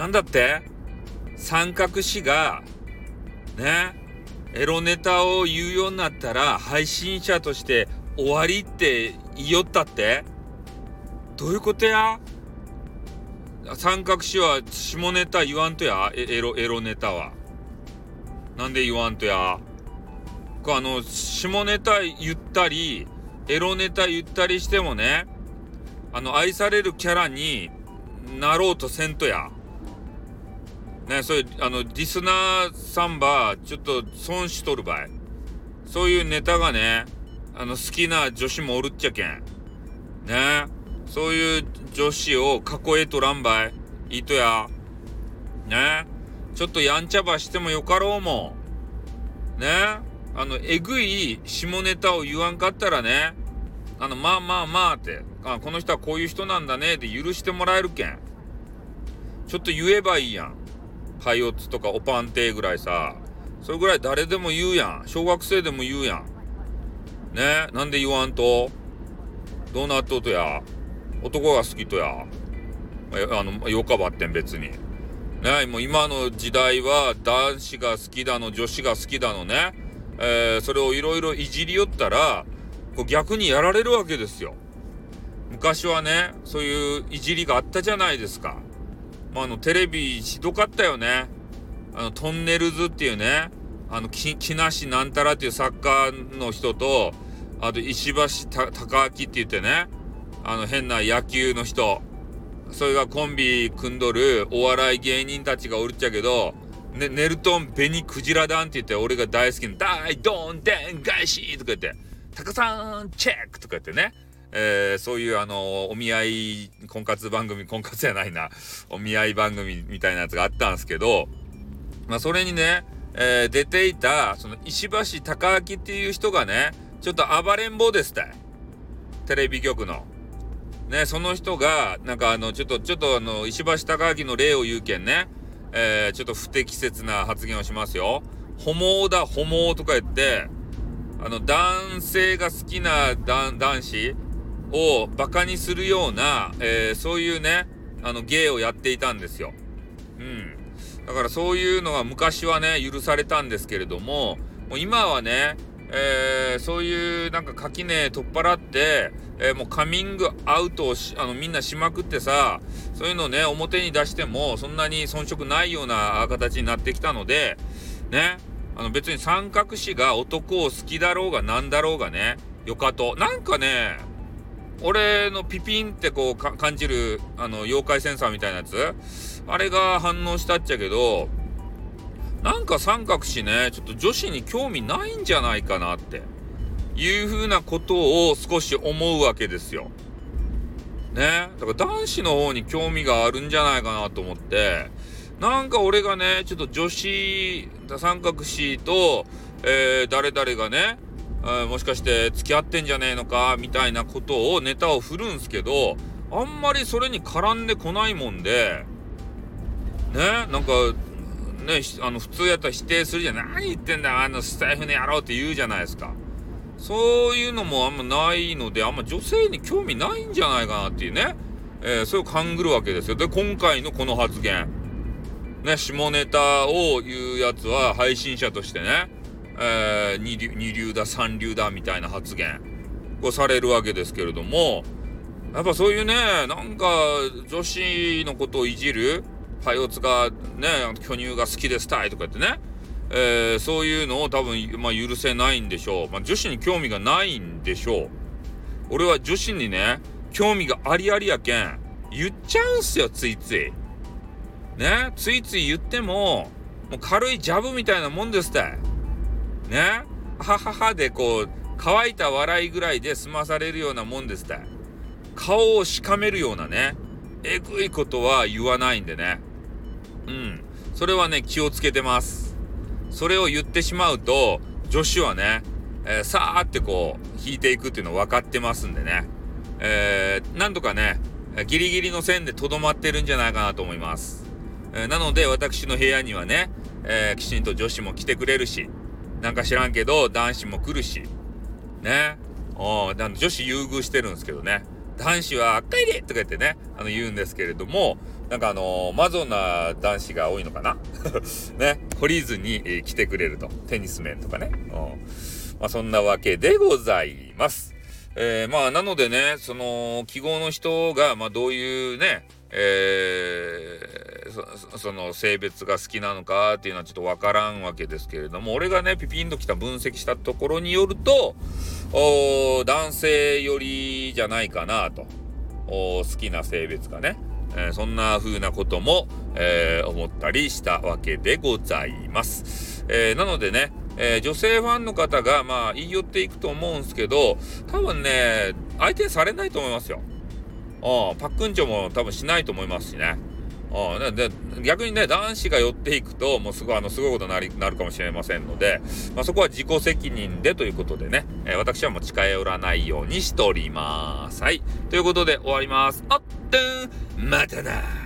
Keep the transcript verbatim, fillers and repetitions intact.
なんだって三角詞がねエロネタを言うようになったら配信者として終わりって言いよったって、どういうことや。三角詞は下ネタ言わんとや。エロエロネタはなんで言わんとや。あの下ネタ言ったりエロネタ言ったりしてもね、あの愛されるキャラになろうとせんとやね。そういうあのリスナーさんばちょっと損しとるばい。そういうネタがねあの好きな女子もおるっちゃけんね。そういう女子を囲えとらんばい。いいとやね。ちょっとやんちゃばしてもよかろうもね。あのえぐい下ネタを言わんかったらね、あのまあまあまあってあこの人はこういう人なんだねって許してもらえるけん、ちょっと言えばいいやん。パイオツとかオパンテーぐらいさ、それぐらい誰でも言うやん。小学生でも言うやんね。なんで言わんと。どうなっとうとや。男が好きとや。あのよかばってん別にね。もう今の時代は男子が好きだの女子が好きだのね、えー、それをいろいろいじりよったらこう逆にやられるわけですよ。昔はねそういういじりがあったじゃないですか。まあ、あのテレビひどかったよね。あのトンネルズっていうね、あの木梨なんたらっていう作家の人と、あと石橋た貴明って言ってね、あの変な野球の人、それがコンビ組んどるお笑い芸人たちがおるっちゃけど、ね、ネルトン紅クジラ団って言って俺が大好きな大どんでん返しとか言ってタカさんチェックとか言ってね、えー、そういうあのお見合い婚活番組婚活じゃないなお見合い番組みたいなやつがあったんですけど、まあそれにね、えー、出ていたその石橋貴明っていう人がねちょっと暴れん坊ですって、テレビ局のね。その人がなんかあのちょっとちょっとあの石橋貴明の例を言うけんね、えー、ちょっと不適切な発言をしますよ。ホモだホモとか言ってあの男性が好きな男子をバカにするような、えー、そういうねあの芸をやっていたんですよ。うんだからそういうのが昔はね許されたんですけれども、もう今はね、えー、そういうなんか垣根取っ払って、えー、もうカミングアウトをしあのみんなしまくってさ、そういうのをね表に出してもそんなに遜色ないような形になってきたのでね、あの別に三角詞が男を好きだろうがなんだろうがねよかと。なんかね俺のピピンってこうか感じるあの妖怪センサーみたいなやつ、あれが反応したっちゃけど、なんか三角詞ねちょっと女子に興味ないんじゃないかなっていう風なことを少し思うわけですよね。だから男子の方に興味があるんじゃないかなと思って、なんか俺がねちょっと女子三角詞と、えー、誰々がね、えー、もしかして付き合ってんじゃねえのかみたいなことをネタを振るんすけど、あんまりそれに絡んでこないもんでね、なんかねあの普通やったら否定するじゃん。何言ってんだよあのスタイフの野郎って言うじゃないですか。そういうのもあんまないので、あんま女性に興味ないんじゃないかなっていうね、えー、それを勘ぐるわけですよ。で今回のこの発言ね、下ネタを言うやつは配信者としてね、えー、二流、二流だ三流だみたいな発言をされるわけですけれども、やっぱそういうねなんか女子のことをいじるパイオツがね巨乳が好きですたいとか言ってね、えー、そういうのを多分、まあ、許せないんでしょう。まあ、女子に興味がないんでしょう。俺は女子にね興味がありありやけん言っちゃうんすよ。ついついねついつい言ってももう軽いジャブみたいなもんですたいね。はははでこう乾いた笑いぐらいで済まされるようなもんですたい。顔をしかめるようなねえぐいことは言わないんでね、うんそれはね気をつけてます。それを言ってしまうと女子はね、えー、さーってこう引いていくっていうの分かってますんでね、えー、なんとかねギリギリの線でとどまってるんじゃないかなと思います。えー、なので私の部屋にはね、えー、きちんと女子も来てくれるし、なんか知らんけど男子も来るしね、お女子優遇してるんですけどね、 男子は帰れとか言ってね、あの言うんですけれども、なんかあのー、マゾな男子が多いのかなね、懲りずに、えー、来てくれると。テニス面とかね。うん。まあそんなわけでございます。えー、まあなのでね、その、記号の人が、まあどういうね、えー、そ, その性別が好きなのかっていうのはちょっとわからんわけですけれども、俺がねピピンときた分析したところによると、お男性寄りじゃないかなと、お好きな性別がね、えー、そんな風なことも、えー、思ったりしたわけでございます。えー、なのでね、えー、女性ファンの方がまあ言い寄っていくと思うんですけど、多分ね相手にされないと思いますよ。ああ、パックンチョも多分しないと思いますしね。ああ、で、逆にね、男子が寄っていくと、もうすごい、あの、すごいことになり、なるかもしれませんので、まあ、そこは自己責任でということでね、えー、私はもう近寄らないようにしております。はい。ということで終わります。あってん、またな。